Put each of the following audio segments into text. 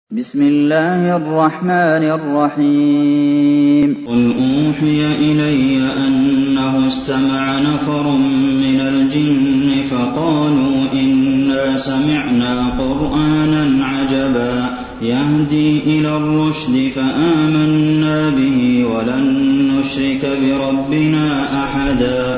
بسم الله الرحمن الرحيم قل أوحي إلي أنه استمع نفر من الجن فقالوا إنا سمعنا قرآنا عجبا يهدي إلى الرشد فآمنا به ولن نشرك بربنا أحدا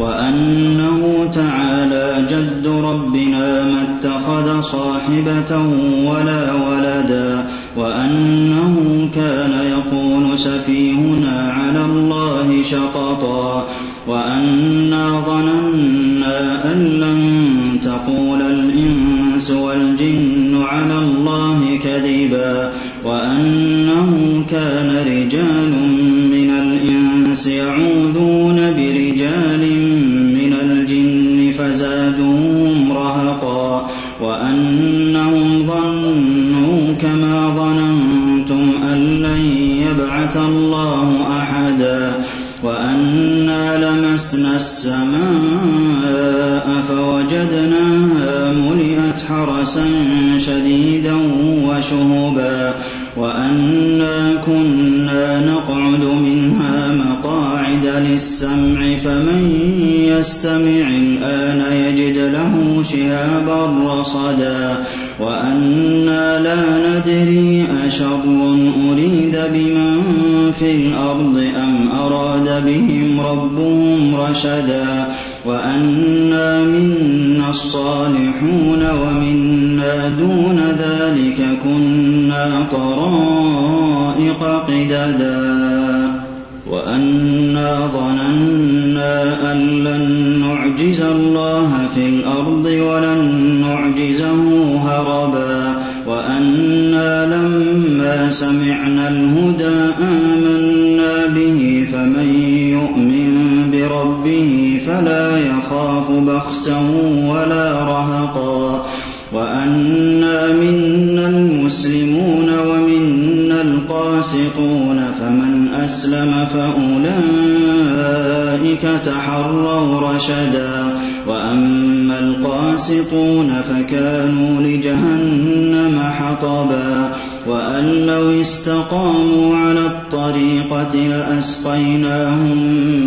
وأنه تعالى جد ربنا ما اتخذ صاحبة ولا ولدا وأنه كان يقول سفيهنا على الله شططا وأنا ظننا أن لن تقول الإنس والجن على الله كذبا وأنه كان رجال من الإنس يعوذون برجال من الجن فزادوهم رهقا وأنهم ظنوا كما ظننتم أن لن يبعث الله أحدا وأنا لمسنا السماء فوجدناها ملئت حرسا شديدا وشهبا وأنا كنا نقعد منها مقاعد للسمع فمن يستمع الآن يجد له شهابا رصدا وأنا لا ندري أشر أريد بمن في الأرض أم أراد بهم ربهم رشدا وأنا منا الصالحون ومنا دون ذلك كنا طرائق قددا وأنا ظننا أن لن نعجز الله في الأرض ولن نعجزه هربا وأنا لما سمعنا الهدى آمنا به فمن يؤمن بربه فلا يخاف بخسا ولا رهقا وأنا منا المسلمون ومنا القاسطون فمن أسلم فأولئك تحروا رشدا وأما القاسطون فكانوا لجهنم حطبا وأن لو استقاموا على الطريقة لأسقيناهم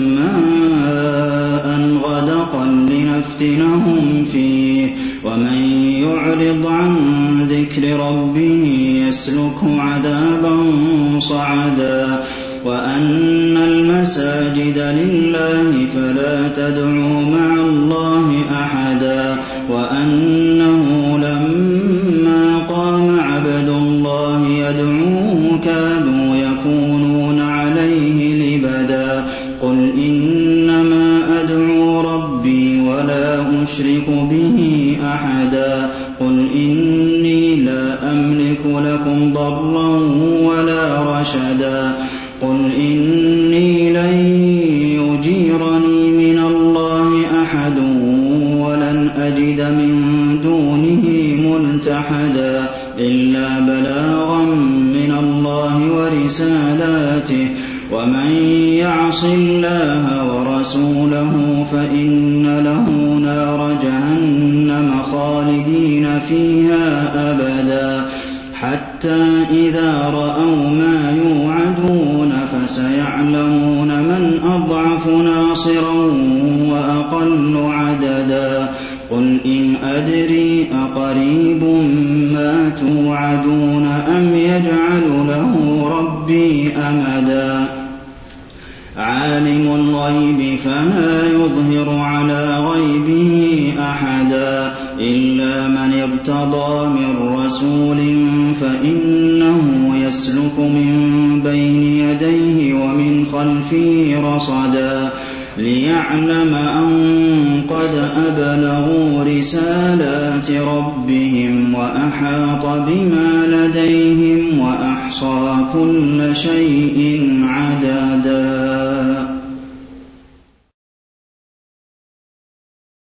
ماء غدقا لنفتنهم فيه ومن يعرض عن ذكر ربه يسلكه عذابا صعدا وأن المساجد لله فلا تدعوا مع الله أحدا وأنه لما قام عبد الله يدعوه كادوا يكونون عليه لبدا قل إنما أدعو ربي ولا أشرك به أحدا قل إني لا أملك لكم ضرا ولا رشدا قل إني لن يجيرني من الله أحد ولن أجد من دونه ملتحدا إلا بلاغا من الله ورسالاته ومن يعص الله ورسوله فإن له نار جهنم خالدين فيها أبدا حتى إذا رأوا ما يوعدون فسيعلمون من أضعف ناصرا وأقل عددا قل إن أدري أقريب ما توعدون أم يجعل له ربي أمدا عالم الغيب فلا يظهر على غيبه أحدا إلا من ارتضى من رسول فإنه يسلك من بين يديه ومن خلفه رصدا ليعلم أن قد أبلغوا رسالات ربهم وأحاط بما لديهم وأحصى كل شيء عددا